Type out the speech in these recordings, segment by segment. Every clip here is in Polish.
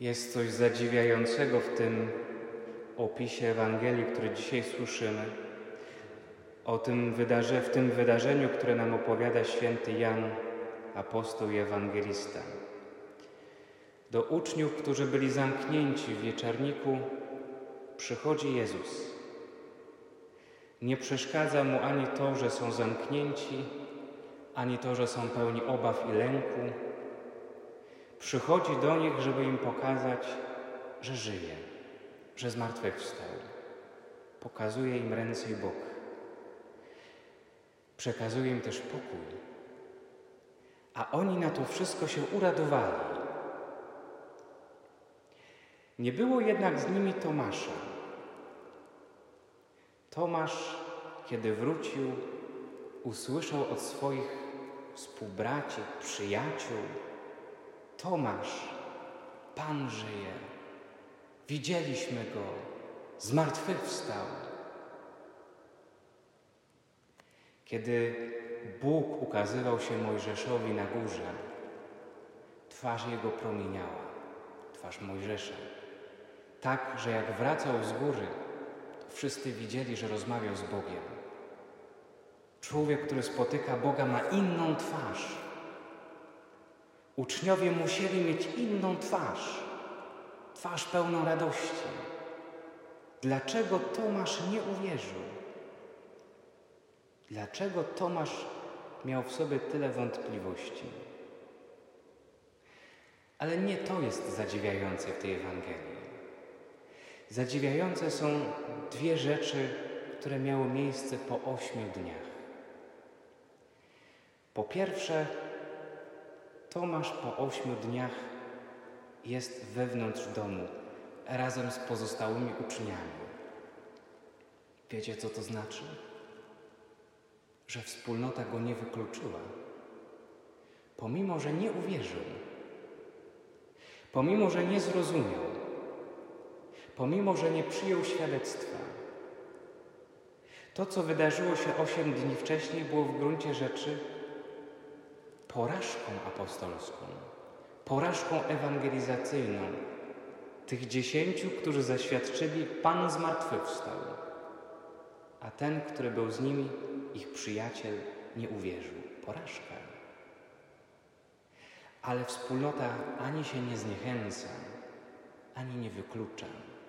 Jest coś zadziwiającego w tym opisie Ewangelii, który dzisiaj słyszymy, w tym wydarzeniu, które nam opowiada święty Jan, apostoł i ewangelista. Do uczniów, którzy byli zamknięci w wieczorniku, przychodzi Jezus. Nie przeszkadza mu ani to, że są zamknięci, ani to, że są pełni obaw i lęku. Przychodzi do nich, żeby im pokazać, że żyje, że zmartwychwstał. Pokazuje im ręce i bok. Przekazuje im też pokój. A oni na to wszystko się uradowali. Nie było jednak z nimi Tomasza. Tomasz, kiedy wrócił, usłyszał od swoich współbraci, przyjaciół: Tomasz, Pan żyje. Widzieliśmy Go, zmartwychwstał. Kiedy Bóg ukazywał się Mojżeszowi na górze, twarz Jego promieniała, twarz Mojżesza. Tak, że jak wracał z góry, to wszyscy widzieli, że rozmawiał z Bogiem. Człowiek, który spotyka Boga, ma inną twarz. Uczniowie musieli mieć inną twarz, twarz pełną radości. Dlaczego Tomasz nie uwierzył? Dlaczego Tomasz miał w sobie tyle wątpliwości? Ale nie to jest zadziwiające w tej Ewangelii. Zadziwiające są dwie rzeczy, które miały miejsce po 8 dniach. Po pierwsze, Tomasz po 8 dniach jest wewnątrz domu razem z pozostałymi uczniami. Wiecie, co to znaczy? Że wspólnota go nie wykluczyła. Pomimo, że nie uwierzył, pomimo, że nie zrozumiał, pomimo, że nie przyjął świadectwa. To, co wydarzyło się 8 dni wcześniej, było w gruncie rzeczy porażką apostolską, porażką ewangelizacyjną tych 10, którzy zaświadczyli: Pan zmartwychwstał. A ten, który był z nimi, ich przyjaciel, nie uwierzył. Porażka. Ale wspólnota ani się nie zniechęca, ani nie wyklucza.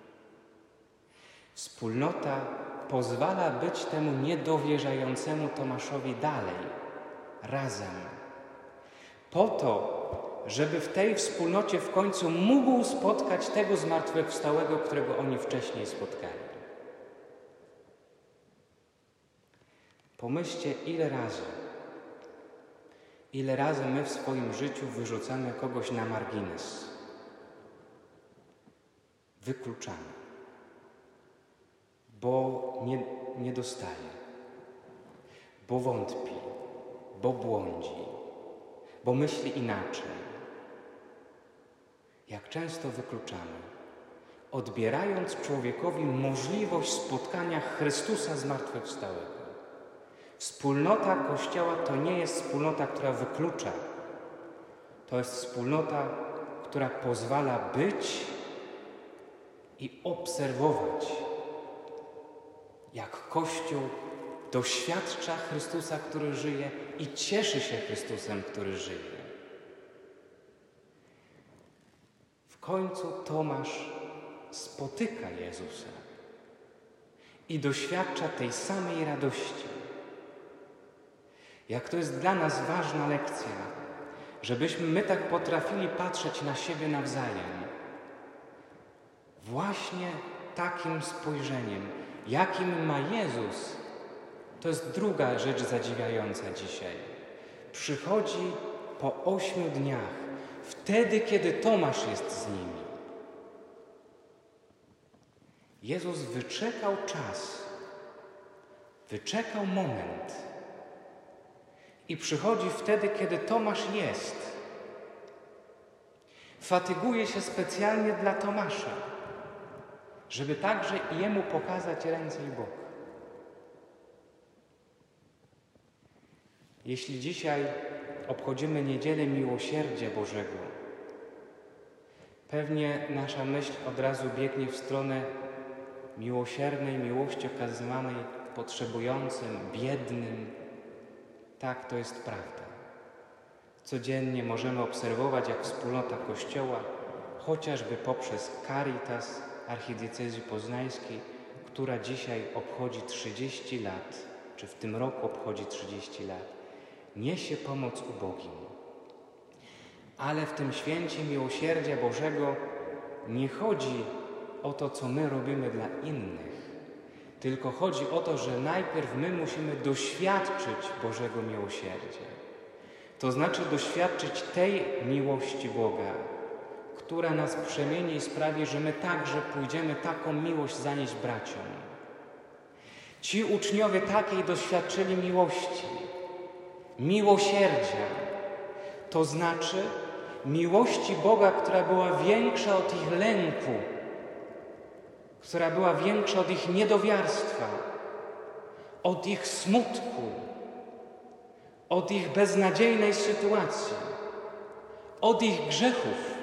Wspólnota pozwala być temu niedowierzającemu Tomaszowi dalej, razem. Po to, żeby w tej wspólnocie w końcu mógł spotkać tego zmartwychwstałego, którego oni wcześniej spotkali. Pomyślcie, ile razy my w swoim życiu wyrzucamy kogoś na margines. Wykluczamy, bo nie dostaje, bo wątpi, bo błądzi, bo myśli inaczej. Jak często wykluczamy, odbierając człowiekowi możliwość spotkania Chrystusa zmartwychwstałego. Wspólnota Kościoła to nie jest wspólnota, która wyklucza. To jest wspólnota, która pozwala być i obserwować, jak Kościół doświadcza Chrystusa, który żyje, i cieszy się Chrystusem, który żyje. W końcu Tomasz spotyka Jezusa i doświadcza tej samej radości. Jak to jest dla nas ważna lekcja, żebyśmy my tak potrafili patrzeć na siebie nawzajem. Właśnie takim spojrzeniem, jakim ma Jezus. To jest druga rzecz zadziwiająca dzisiaj. Przychodzi po 8 dniach, wtedy, kiedy Tomasz jest z nimi. Jezus wyczekał czas, wyczekał moment i przychodzi wtedy, kiedy Tomasz jest. Fatyguje się specjalnie dla Tomasza, żeby także jemu pokazać ręce i bok. Jeśli dzisiaj obchodzimy Niedzielę Miłosierdzia Bożego, Pewnie nasza myśl od razu biegnie w stronę miłosiernej miłości okazywanej potrzebującym, biednym. Tak, to jest prawda. Codziennie możemy obserwować, jak wspólnota Kościoła, chociażby poprzez Caritas Archidiecezji Poznańskiej, która dzisiaj obchodzi 30 lat, czy w tym roku obchodzi 30 lat, niesie pomoc ubogim. Ale w tym święcie miłosierdzia Bożego nie chodzi o to, co my robimy dla innych, tylko chodzi o to, że najpierw my musimy doświadczyć Bożego miłosierdzia. To znaczy doświadczyć tej miłości Boga, która nas przemieni i sprawi, że my także pójdziemy taką miłość zanieść braciom. Ci uczniowie takiej doświadczyli miłości, miłosierdzia, to znaczy miłości Boga, która była większa od ich lęku, która była większa od ich niedowiarstwa, od ich smutku, od ich beznadziejnej sytuacji, od ich grzechów.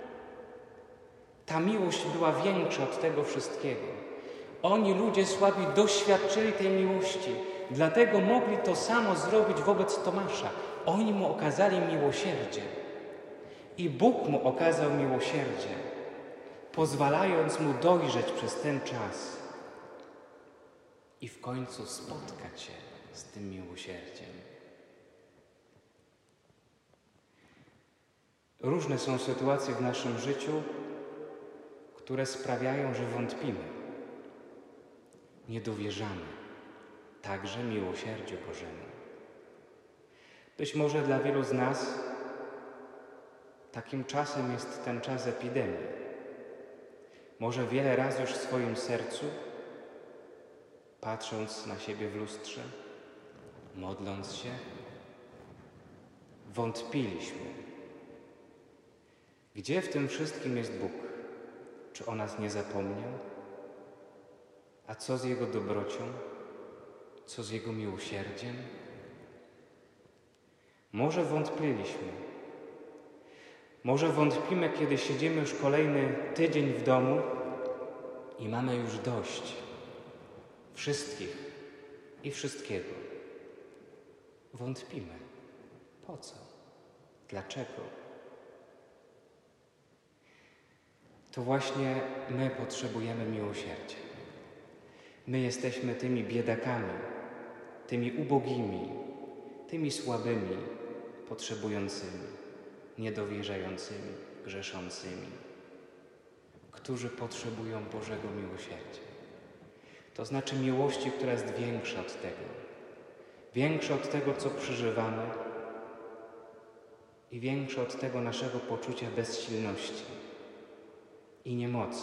Ta miłość była większa od tego wszystkiego. Oni, ludzie słabi, doświadczyli tej miłości, dlatego mogli to samo zrobić wobec Tomasza. Oni mu okazali miłosierdzie i Bóg mu okazał miłosierdzie, pozwalając mu dojrzeć przez ten czas i w końcu spotkać się z tym miłosierdziem. Różne są sytuacje w naszym życiu, które sprawiają, że wątpimy, nie dowierzamy także miłosierdziu Bożemu. Być może dla wielu z nas takim czasem jest ten czas epidemii. Może wiele razy już w swoim sercu, patrząc na siebie w lustrze, modląc się, wątpiliśmy. Gdzie w tym wszystkim jest Bóg? Czy o nas nie zapomniał? A co z Jego dobrocią? Co z Jego miłosierdziem? Może wątpiliśmy. Może wątpimy, kiedy siedzimy już kolejny tydzień w domu i mamy już dość wszystkich i wszystkiego. Wątpimy. Po co? Dlaczego? To właśnie my potrzebujemy miłosierdzia. My jesteśmy tymi biedakami, tymi ubogimi, tymi słabymi, potrzebującymi, niedowierzającymi, grzeszącymi, którzy potrzebują Bożego miłosierdzia. To znaczy miłości, która jest większa od tego, co przeżywamy i większa od tego naszego poczucia bezsilności i niemocy.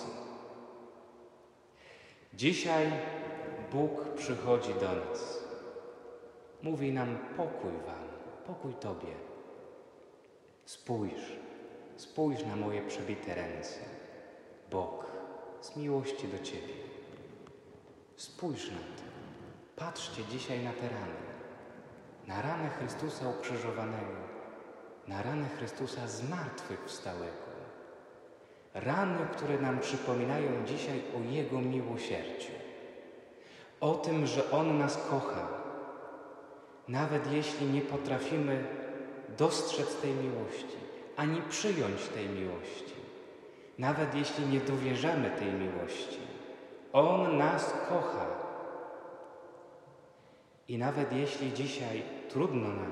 Dzisiaj Bóg przychodzi do nas. Mówi nam: pokój wam, pokój Tobie. Spójrz na moje przebite ręce. Bóg z miłości do Ciebie. Spójrz na to. Patrzcie dzisiaj na te rany. Na ranę Chrystusa ukrzyżowanego. Na ranę Chrystusa zmartwychwstałego. Rany, które nam przypominają dzisiaj o Jego miłosierdziu. O tym, że On nas kocha. Nawet jeśli nie potrafimy dostrzec tej miłości, ani przyjąć tej miłości. Nawet jeśli nie dowierzamy tej miłości. On nas kocha. I nawet jeśli dzisiaj trudno nam,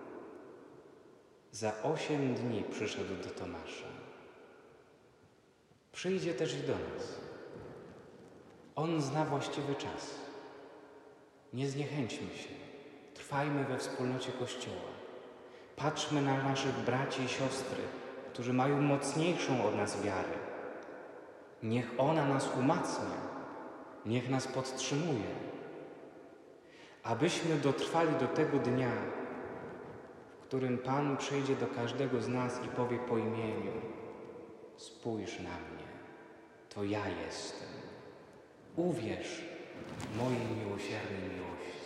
za 8 dni przyszedł do Tomasza. Przyjdzie też i do nas. On zna właściwy czas. Nie zniechęćmy się. Trwajmy we wspólnocie Kościoła. Patrzmy na naszych braci i siostry, którzy mają mocniejszą od nas wiarę. Niech ona nas umacnia. Niech nas podtrzymuje. Abyśmy dotrwali do tego dnia, w którym Pan przyjdzie do każdego z nas i powie po imieniu: spójrz na mnie, to ja jestem. Uwierz mojej miłosiernej miłości.